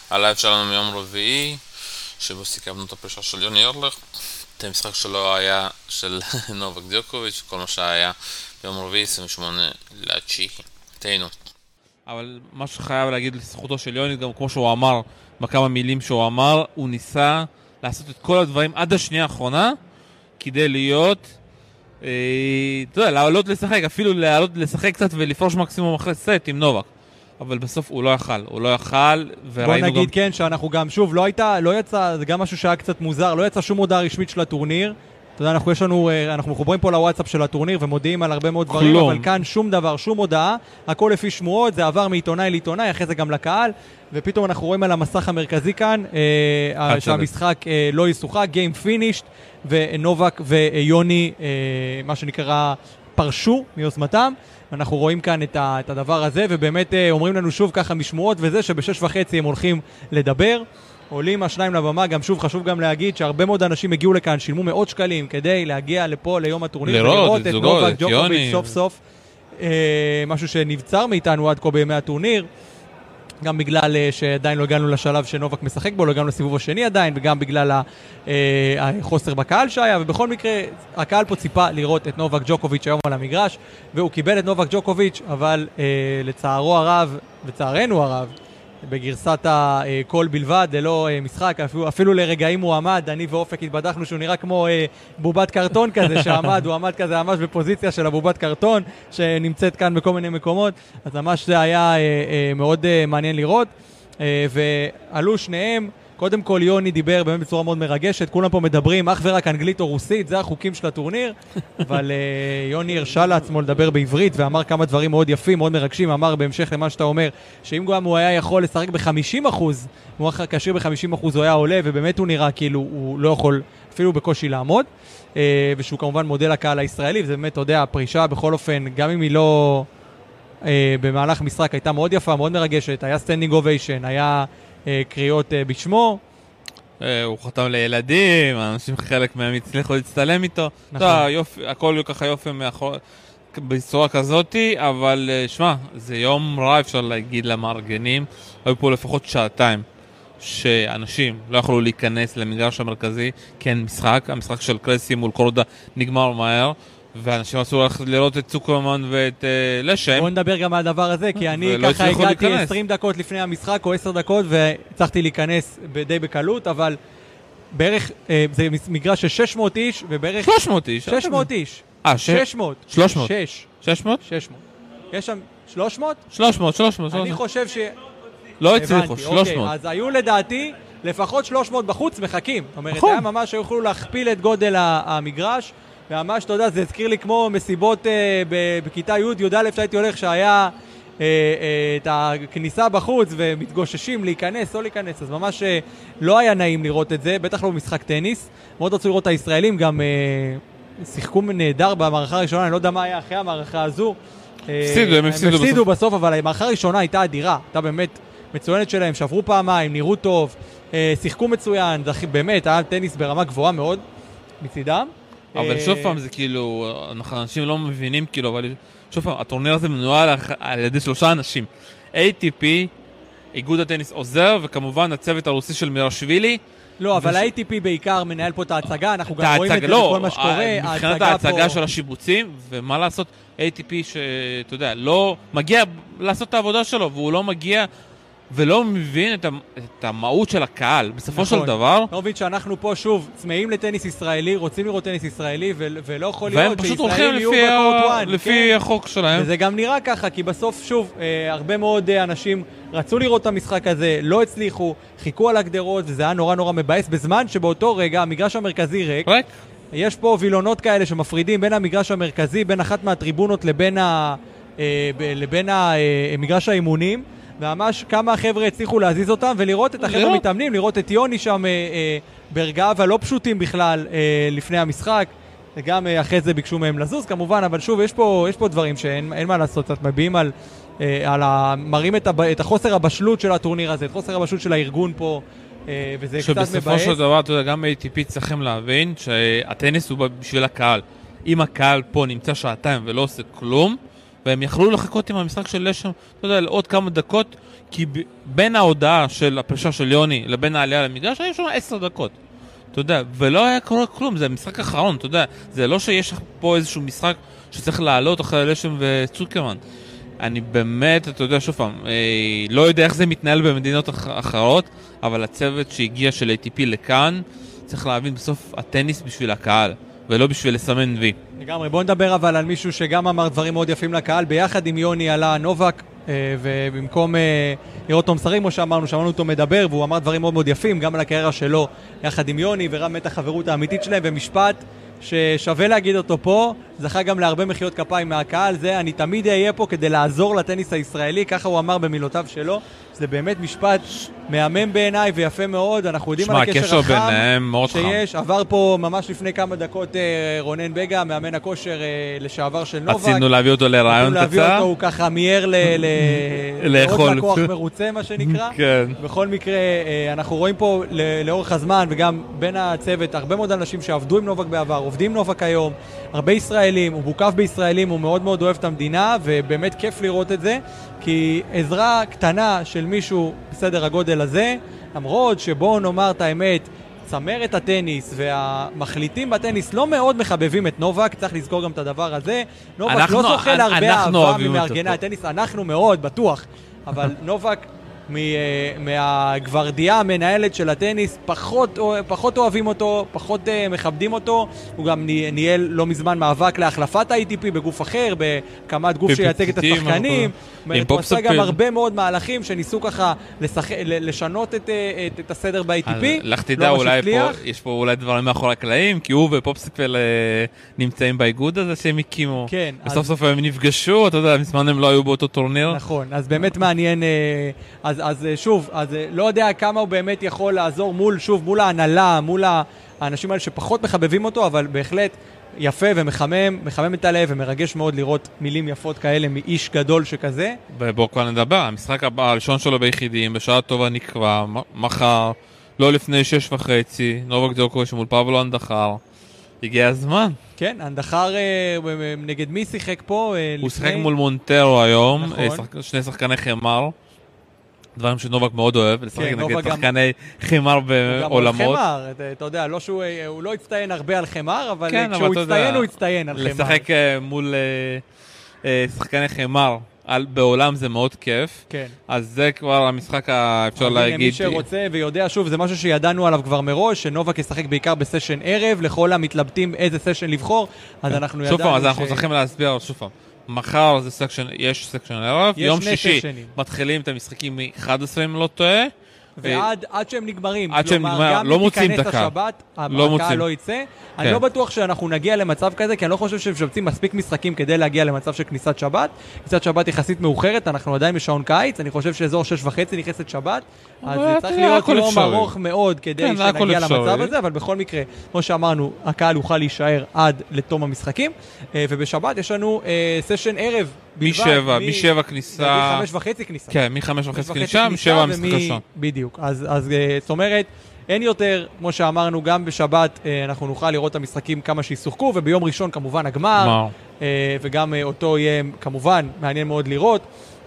הלייב שלנו מיום רביעי, שבו סיכמנו את הפרישה של יוני ארלך, את המשחק שלו היה של נובק דיוקוביץ', כל מה שהיה ביום רביעי 28/9. תהיינו. אבל מה שחייב להגיד לזכותו של יוני, גם כמו שהוא אמר, בכמה מילים שהוא אמר, הוא ניסה לעשות את כל הדברים עד השנייה האחרונה, כדי להיות, אתה יודע, לעלות לשחק, אפילו לעלות לשחק קצת ולפרוש מקסימום אחרי סט עם נובק. אבל בסוף הוא לא יכל, בוא נגיד כן, שאנחנו גם, שוב, לא יצא, זה גם משהו שהיה קצת מוזר, לא יצא שום הודעה רשמית של הטורניר. אתה יודע, אנחנו מחוברים פה לוואטסאפ של הטורניר ומודיעים על הרבה מאוד דברים, אבל כאן שום דבר, שום הודעה, הכל לפי שמועות, זה עבר מעיתונאי לעיתונאי, אחרי זה גם לקהל, ופתאום אנחנו רואים על המסך המרכזי כאן, שהמשחק לא ישוחק, Game Finished, ונובק ויוני, מה שנקרא, פרשו מיוזמתם. אנחנו רואים כאן את הדבר הזה, ובאמת אומרים לנו שוב ככה משמועות וזה, שב6:30 הם הולכים לדבר, עולים השניים לבמה. גם שוב חשוב גם להגיד שהרבה מאוד אנשים הגיעו לכאן, שילמו מאות שקלים כדי להגיע לפה ליום הטורניר, לראות את נובק ג'וקוביץ' סוף סוף, משהו שנבצר מאיתנו עד כה בימי הטורניר, גם בגלל שעדיין לא הגענו לשלב שנובק משחק בו, לא הגענו לסיבוב השני עדיין, וגם בגלל החוסר בקהל שהיה, ובכל מקרה הקהל פה ציפה לראות את נובק ג'וקוביץ' היום על המגרש, והוא קיבל את נובק ג'וקוביץ', אבל לצערו הרב וצערנו הרב, בגרסת הקול בלבד, ללא משחק, אפילו לרגעים הוא עמד, אני ואופק התבדחנו שהוא נראה כמו בובת קרטון כזה שעמד, הוא עמד כזה ממש בפוזיציה של הבובת קרטון, שנמצאת כאן בכל מיני מקומות, אז ממש זה היה מאוד מעניין לראות, ועלו שניהם, קודם כל יוני דיבר באמת בצורה מאוד מרגשת, כולם פה מדברים אך ורק אנגלית או רוסית, זה החוקים של הטורניר, אבל יוני הרשה לעצמו לדבר בעברית ואמר כמה דברים מאוד יפים, מאוד מרגשים, אמר בהמשך למה שאתה אומר, שאם גם הוא היה יכול לשחק ב-50%, הוא כשיר ב-50% הוא היה עולה, ובאמת הוא נראה כאילו הוא לא יכול אפילו בקושי לעמוד, ושהוא כמובן מודל לקהל הישראלי, וזה באמת, אתה יודע, הפרישה בכל אופן, גם אם היא לא במהלך משחק הייתה מאוד יפה, מאוד מרגשת, היה סטנדינג אוביישן, היה קריאות בשמו. הוא חתם לילדים, אנשים חלק מהם הצליחו להצטלם איתו. הכל ככה יופי בצורה כזאת, אבל שמע, זה יום רע, אפשר להגיד למארגנים. היו פה לפחות שעתיים שאנשים לא יכולו להיכנס למגרש המרכזי, כן המשחק של קרסי מול קורדה נגמר מהר, ואנשים עשו לראות את צוקרמן ואת לשם. בוא נדבר גם על הדבר הזה, כי אני ככה הגעתי 20 דקות לפני המשחק או 10 דקות וצריכתי להיכנס די בקלות, אבל בערך זה מגרש של 600 איש ובערך 300 איש. 600 איש. 600. 600? יש שם 300? 300. אני חושב ש... לא הצליחו, 300. אז היו לדעתי לפחות 300 בחוץ מחכים. זאת אומרת, היה ממש שיוכלו להכפיל את גודל המגרש. וממש, אתה יודע, זה הזכיר לי כמו מסיבות בכיתה י' שהייתי הולך, שהיה את הכניסה בחוץ ומתגוששים להיכנס או להיכנס, אז ממש לא היה נעים לראות את זה, בטח לא במשחק טניס. מאוד רצו לראות את הישראלים, גם שיחקו נהדר במערכה הראשונה, אני לא יודע מה היה אחרי המערכה הזו. הם הפסידו בסוף, אבל המערכה הראשונה הייתה אדירה, הייתה באמת מצוינת שלהם, שברו פעמיים, נראו טוב, שיחקו מצוין, באמת, היה טניס ברמה גבוהה מאוד מצידם. אבל שוב פעם זה כאילו, אנשים לא מבינים כאילו, אבל שוב פעם, הטורניר הזה מנוהל על ידי 3 אנשים. ATP, איגוד הטניס עוזר, וכמובן הצוות הרוסי של מירשווילי. לא, אבל ה-ATP בעיקר מנהל פה את ההצגה, אנחנו גם רואים את זה בכל מה שקורה. מבחינת ההצגה של השיבוצים, ומה לעשות, ATP שאתה יודע, לא מגיע לעשות את העבודה שלו, והוא לא מגיע ולא מבין את המהות של הקהל. בסופו של דבר... לא מבין שאנחנו פה שוב צמאים לטניס ישראלי, רוצים לראות טניס ישראלי, ולא יכול להיות והם פשוט הולכים לפי החוק שלהם. וזה גם נראה ככה, כי בסוף שוב, הרבה מאוד אנשים רצו לראות את המשחק הזה, לא הצליחו, חיכו על הגדרות, וזה היה נורא נורא מבאס, בזמן שבאותו רגע המגרש המרכזי ריק. יש פה וילונות כאלה שמפרידים בין המגרש המרכזי, בין אחת מהטריבונות לבין המגרש האימונים, וממש כמה חבר'ה הצליחו להזיז אותם ולראות את החבר'ה מתאמנים, לראות את יוני שם ברגעיו הלא פשוטים בכלל לפני המשחק, וגם אחרי זה ביקשו מהם לזוז כמובן, אבל שוב יש פה דברים שאין מה לעשות, קצת מביעים מראים את החוסר הבשלות של הטורניר הזה, את חוסר הבשלות של הארגון פה, וזה קצת מבאס. שבסופו של דבר, אתה יודע, גם ATP צריכים להבין שהטניס הוא בשביל הקהל. אם הקהל פה נמצא שעתיים ולא עושה כלום, והם יכלו לחכות עם המשחק של לשם, אתה יודע, לעוד כמה דקות, כי בין ההודעה של הפרישה של יוני לבין העלייה למגרש, היו שם 10 דקות. אתה יודע, ולא היה קורה כלום, זה המשחק האחרון, אתה יודע, זה לא שיש פה איזשהו משחק שצריך לעלות אחרי לשם וצוקרמן. אני באמת, אתה יודע, שוב פעם, לא יודע איך זה מתנהל במדינות אחרות, אבל הצוות שהגיע של ATP לכאן, צריך להבין בסוף הטניס בשביל הקהל, ולא בשביל לסמן וי. לגמרי, בוא נדבר אבל על מישהו שגם אמר דברים מאוד יפים לקהל, ביחד עם יוני עלה נובק, ובמקום לראות אותו משחק, כמו שאמרנו, שמענו אותו מדבר, והוא אמר דברים מאוד מאוד יפים, גם על הקריירה שלו, יחד עם יוני, ורם את החברות האמיתית שלהם, ומשפט ששווה להגיד אותו פה, זכה גם להרבה מחיאות כפיים מהקהל, זה אני תמיד אהיה פה כדי לעזור לטניס הישראלי, ככה הוא אמר במילותיו שלו, זה באמת משפט מהמם בעיניי ויפה מאוד, אנחנו יודעים על הקשר החם שיש, עבר פה ממש לפני כמה דקות רונן בגה, מאמן הכושר לשעבר של נובק. רצינו להביא אותו לרעיון קצר. להביא אותו, הוא ככה מיהר לעוד לקוח מרוצה מה שנקרא. כן. בכל מקרה, אנחנו רואים פה לאורך הזמן, וגם בין הצוות, הרבה מאוד אנשים שעבדו עם נובק בעבר, עובדים עם נובק היום, הרבה ישראלים, הוא מוקף בישראלים, הוא מאוד מאוד אוהב את המדינה, ובאמת כיף לראות את זה, כי עזרה קטנה של מישהו בסדר הגודל הזה, למרות שבואו נאמר את האמת, צמרת הטניס והמחליטים בטניס לא מאוד מחבבים את נובק, צריך לזכור גם את הדבר הזה. נובק לא זוכה להרבה אהבה ממארגני הטניס, אנחנו מאוד, בטוח, אבל נובק מהגוורדיה המנהלת של הטניס פחות אוהבים אותו, פחות מכבדים אותו. הוא גם ניהל לא מזמן מאבק להחלפת ה-ATP בגוף אחר, בהקמת גוף שייצג את השחקנים. הוא עשה גם הרבה מאוד מהלכים שניסו ככה לשנות את הסדר ב-ATP. לך תדע, יש פה אולי דברים מאחורי הקלעים, כי הוא ופופסיפל נמצאים באיגוד הזה שהם הקימו. בסוף סוף הם נפגשו, אתה יודע, מזמן הם לא היו באותו טורניר. נכון, אז באמת מעניין. אז שוב, לא יודע כמה הוא באמת יכול לעזור מול ההנהלה, מול האנשים האלה שפחות מחבבים אותו, אבל בהחלט יפה ומחמם את הלב ומרגש מאוד לראות מילים יפות כאלה מאיש גדול שכזה. ובואו כבר נדבר, המשחק הראשון שלו ביחידים, בשעה טובה נקבע, מחר, לא לפני 6:30, נובק ג'וקוביץ' מול פבלו אנדחר. הגיע הזמן. כן, אנדחר נגד מי שיחק פה? הוא שיחק מול מונטרו היום, שני שחקני חמר. דברים שנובק מאוד אוהב, לשחק נגד שחקני חמר בעולמות. גם חמר, אתה יודע, הוא לא הצטיין הרבה על חמר, אבל כשהוא הצטיין, הוא הצטיין על חמר. לשחק מול שחקני חמר בעולם זה מאוד כיף. כן. אז זה כבר המשחק אפשר להגיד. מי שרוצה ויודע, שוב, זה משהו שידענו עליו כבר מראש, שנובק ישחק בעיקר בסשן ערב, לכל המתלבטים איזה סשן לבחור, אז אנחנו ידענו שוב פעם, אז אנחנו צריכים להסביר שוב פעם. מחר זה יש סקשן ערב, יום שישי מתחילים את המשחקים מ-11 אם לא טועה. ועד שהם נגמרים, עד שהם נגמרים, לא מוצאים את הקהל. הקהל לא יצא. אני לא בטוח שאנחנו נגיע למצב כזה, כי אני לא חושב שמשבצים מספיק משחקים כדי להגיע למצב של כניסת שבת. כניסת שבת יחסית מאוחרת, אנחנו עדיין בשעון קיץ, אני חושב שאזור 6:30 נכנסת שבת, אז זה צריך להיות יום ארוך מאוד כדי שנגיע למצב הזה, אבל בכל מקרה, כמו שאמרנו, הקהל יוכל להישאר עד לתום המשחקים, ובשבת יש לנו סשן ערב מ-7 כניסה. מ-5:30 כניסה. כן, מ-5:30 כניסה, מ-7 המשחק ראשון. בדיוק, אז זאת אומרת, אין יותר, כמו שאמרנו, גם בשבת אנחנו נוכל לראות את המשחקים כמה שישוחקו, וביום ראשון כמובן הגמר, וגם אותו יהיה כמובן מעניין מאוד לראות.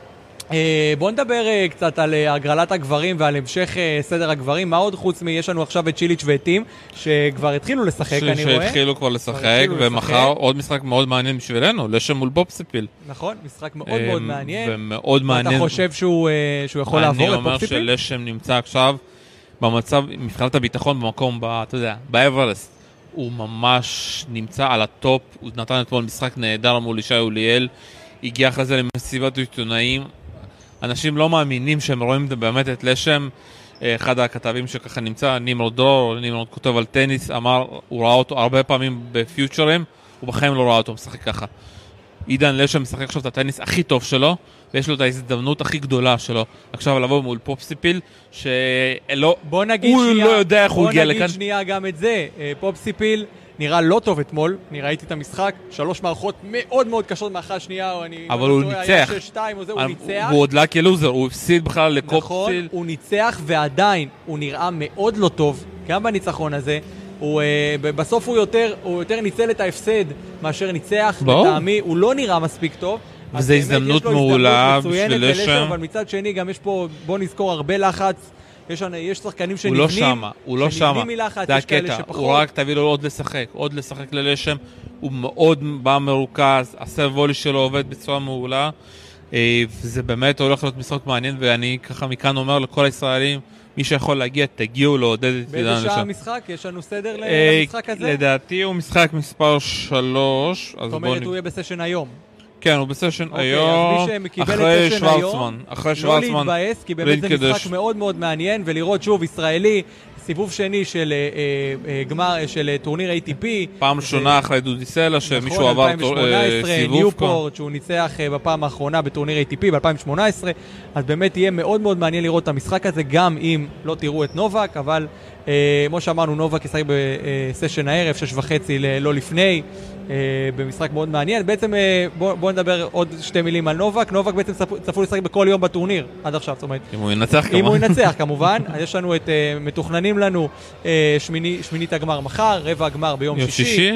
בואו נדבר קצת על הגרלת הגברים ועל המשך סדר הגברים. מה עוד חוץ יש לנו עכשיו את צ'יליץ' וטים, שכבר התחילו לשחק, אני רואה. שהתחילו כבר לשחק, ומחר עוד משחק מאוד מעניין בשבילנו, לשם מול פופסיפיל. נכון, משחק מאוד מאוד מעניין. ומאוד מעניין. אתה חושב שהוא יכול לעבור את פופסיפיל? אני אומר שלשם נמצא עכשיו במצב, מבחינת הביטחון במקום, אתה יודע, באברסט. הוא ממש נמצא על הטופ, הוא נתן אתמול משחק נהדר מול ישי אוליאל, הגיע אחרי זה למסיבת עיתונאים. אנשים לא מאמינים שהם רואים באמת את לשם. אחד הכתבים שככה נמצא, נמרוד דרור, נמרוד כותב על טניס, אמר, הוא ראה אותו הרבה פעמים בפיוטשרים, הוא בחיים לא ראה אותו משחק ככה. עידן לשם משחק עכשיו את הטניס הכי טוב שלו, ויש לו את ההזדמנות הכי גדולה שלו. עכשיו לבוא מול פופסיפיל, שלא, הוא לא יודע איך הוא הגיע לכאן. בוא נגיד שנייה גם את זה, פופסיפיל נראה לא טוב אתמול, אני ראיתי את המשחק, 3 מערכות מאוד מאוד קשות מאחת שנייה, אבל הוא ניצח. הוא ניצח. הוא עוד לקי לוזר, הוא הפסיד בכלל לקופסיל. נכון, הוא ניצח ועדיין הוא נראה מאוד לא טוב, גם בניצחון הזה. בסוף הוא יותר ניצל את ההפסד מאשר ניצח, לטעמי הוא לא נראה מספיק טוב, וזו הזדמנות מעולה בשביל לשם. אבל מצד שני גם יש פה, בוא נזכור, הרבה לחץ. יש שחקנים שנבנים, הוא לא שמה, מלחץ, זה הקטע, הוא רק תביא לו עוד לשחק ללשם, הוא מאוד בא מרוכז, הסרב וולי שלו עובד בצורה מעולה, וזה באמת הולך להיות משחק מעניין, ואני ככה מכאן אומר לכל הישראלים, מי שיכול להגיע, תגיעו לעודד את עידן לשם. באיזה שעה המשחק? יש לנו סדר למשחק הזה? לדעתי הוא משחק מספר 3. זאת אומרת, הוא יהיה בסשן היום. כן, הוא בסשן היום, אחרי שוורצמן. לא להתבאס, כי באמת זה משחק מאוד מאוד מעניין, ולראות שוב ישראלי, סיבוב שני של גמר, של טורניר ATP. פעם ראשונה אחרי דודיסלה, שמישהו עבר סיבוב. 2018, ניופורט, שהוא ניצח בפעם האחרונה בטורניר ATP ב-2018, אז באמת יהיה מאוד מאוד מעניין לראות את המשחק הזה, גם אם לא תראו את נובק, אבל כמו שאמרנו, נובק ישחק בסשן הערב, 6:30 לא לפני, במשחק מאוד מעניין. בעצם בואו נדבר עוד 2 מילים על נובק. נובק בעצם צפוי לשחק בכל יום בטורניר עד עכשיו, זאת אומרת. אם הוא ינצח כמובן. אם הוא ינצח כמובן. אז יש לנו את, מתוכננים לנו שמינית הגמר מחר, רבע הגמר ביום שישי.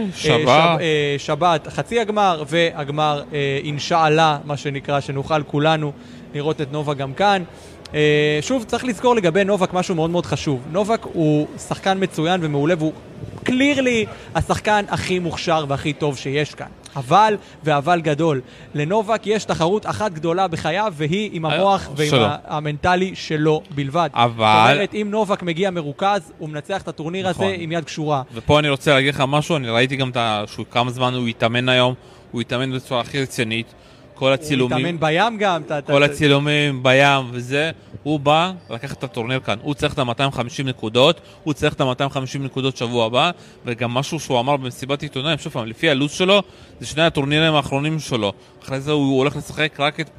שבת חצי הגמר, והגמר אינשאללה, מה שנקרא, שנוכל כולנו לראות את נובק גם כאן. שוב, צריך לזכור לגבי נובק משהו מאוד מאוד חשוב. נובק הוא שחקן מצוין ומעולה, והוא קלירלי השחקן הכי מוכשר והכי טוב שיש כאן. אבל גדול. לנובק יש תחרות אחת גדולה בחייו, והיא עם המוח ועם המנטלי שלו בלבד. אבל... זאת אומרת, אם נובק מגיע מרוכז, הוא מנצח את הטורניר הזה עם יד קשורה. ופה אני רוצה להגיד לך משהו, אני ראיתי גם כמה זמן הוא יתאמן היום, הוא יתאמן בצורה הכי רצינית. כל הצילומים, הוא מתאמן בים גם, כל הצילומים בים וזה, הוא בא לקחת את הטורניר כאן, הוא צריך את ה-250 נקודות, הוא צריך את ה-250 נקודות שבוע הבא, וגם משהו שהוא אמר במסיבת עיתונאים, שוב פעם, לפי הלו"ז שלו, זה 2 הטורנירים האחרונים שלו, אחרי זה הוא הולך לשחק רק את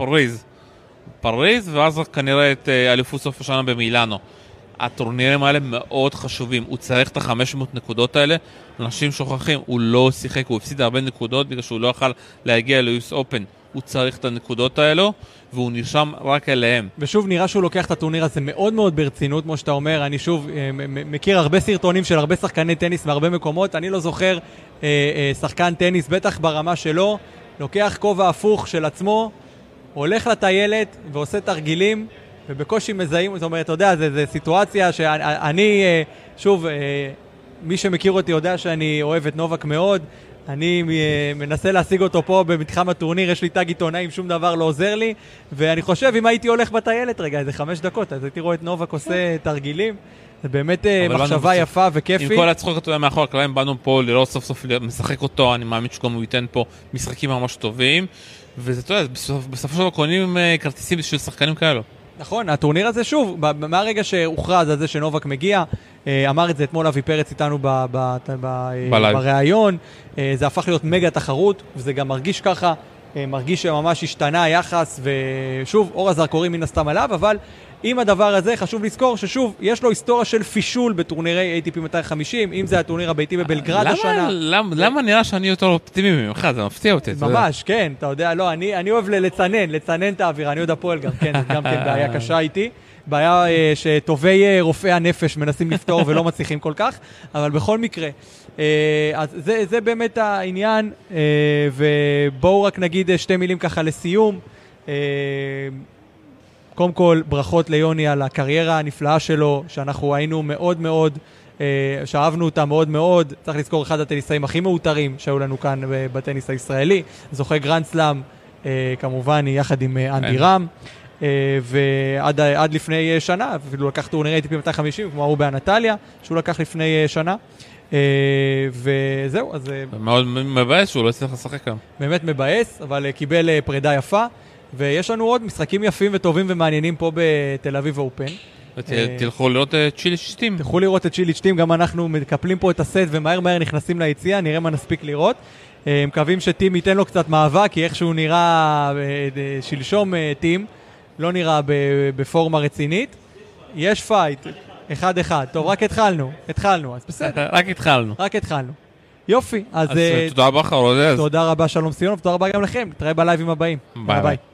פריז, ואז כנראה את אליפות סוף השנה במילאנו. הטורנירים האלה מאוד חשובים, הוא צריך את ה-500 נקודות האלה, אנשים שוכחים, הוא לא שיחק, הוא הפסיד הרבה נקודות בגלל שהוא לא יכול להגיע ל-US Open, הוא צריך את הנקודות האלו, והוא נרשם רק אליהם. ושוב, נראה שהוא לוקח את הטורניר הזה מאוד מאוד ברצינות, כמו שאתה אומר. אני שוב מכיר הרבה סרטונים של הרבה שחקני טניס בהרבה מקומות. אני לא זוכר שחקן טניס, בטח ברמה שלו, לוקח כובע הפוך של עצמו, הולך לטיילת ועושה תרגילים, ובקושי מזהים. זאת אומרת, אתה יודע, זו סיטואציה שאני, שוב, מי שמכיר אותי יודע שאני אוהב את נובק מאוד, אני מנסה להשיג אותו פה במתחם הטורניר, יש לי טאג עיתונאים, שום דבר לא עוזר לי, ואני חושב אם הייתי הולך בטיילת רגע, איזה 5 דקות, אז הייתי רואה את נובק עושה תרגילים, זה באמת מחשבה יפה וכיפית. עם כל הצחוק אתה יודע מאחור הקלעים, באנו פה לראות סוף סוף משחק אותו, אני מאמין שגם הוא ייתן פה משחקים ממש טובים, וזה אתה יודע, בסופו של קונים כרטיסים בשביל שחקנים כאלו. נכון, הטורניר הזה שוב, מהרגע שהוכרז על זה שנובק מגיע, אמר את זה אתמול אבי פרץ איתנו בראיון, זה הפך להיות מגה תחרות, וזה גם מרגיש ככה, מרגיש שממש השתנה היחס, ושוב, אור הזרקורים מן הסתם עליו, אבל עם הדבר הזה חשוב לזכור ששוב, יש לו היסטוריה של פישול בטורנירי ATP 250, אם זה הטורניר הביתי בבלגרד השנה. למה נראה שאני יותר אופטימי ממך? זה מפתיע אותי. ממש, כן, אתה יודע, לא, אני אוהב לצנן את האוויר, אני עוד הפועל גם, כן, גם כן בעיה קשה איתי. בעיה שטובי רופאי הנפש מנסים לפתור ולא מצליחים כל כך, אבל בכל מקרה, אז זה באמת העניין, ובואו רק נגיד 2 מילים ככה לסיום. קודם כל, ברכות ליוני על הקריירה הנפלאה שלו, שאנחנו היינו מאוד מאוד, שאהבנו אותה מאוד מאוד. צריך לזכור, אחד הטניסאים הכי מאותרים שהיו לנו כאן בטניס הישראלי, זוכה גרנד סלאם, כמובן יחד עם אנדי רם, ועד לפני שנה, אפילו לקח טורנירי ATP 250, כמו הוא באנטליה, שהוא לקח לפני שנה, וזהו, אז... מאוד מבאס שהוא לא הצליח לשחק כאן. באמת מבאס, אבל קיבל פרידה יפה, ויש לנו עוד משחקים יפים וטובים ומעניינים פה בתל אביב אופן. תלכו לראות את צ'יליץ' שטים. תלכו לראות את צ'יליץ' שטים, גם אנחנו מקפלים פה את הסט ומהר נכנסים ליציאה, נראה מה נספיק לראות. מקווים שטים ייתן לו קצת מאבק, כי איך שהוא נראה שלשום טים, לא נראה בפורמה רצינית. יש פייט, 1-1. טוב, רק התחלנו, אז בסדר. רק התחלנו. יופי, אז תודה רבה לך, רודז. תודה רבה, שלום סיונוב, תודה רבה גם לכם. נתראה בלייבים הבאים. ביי ביי.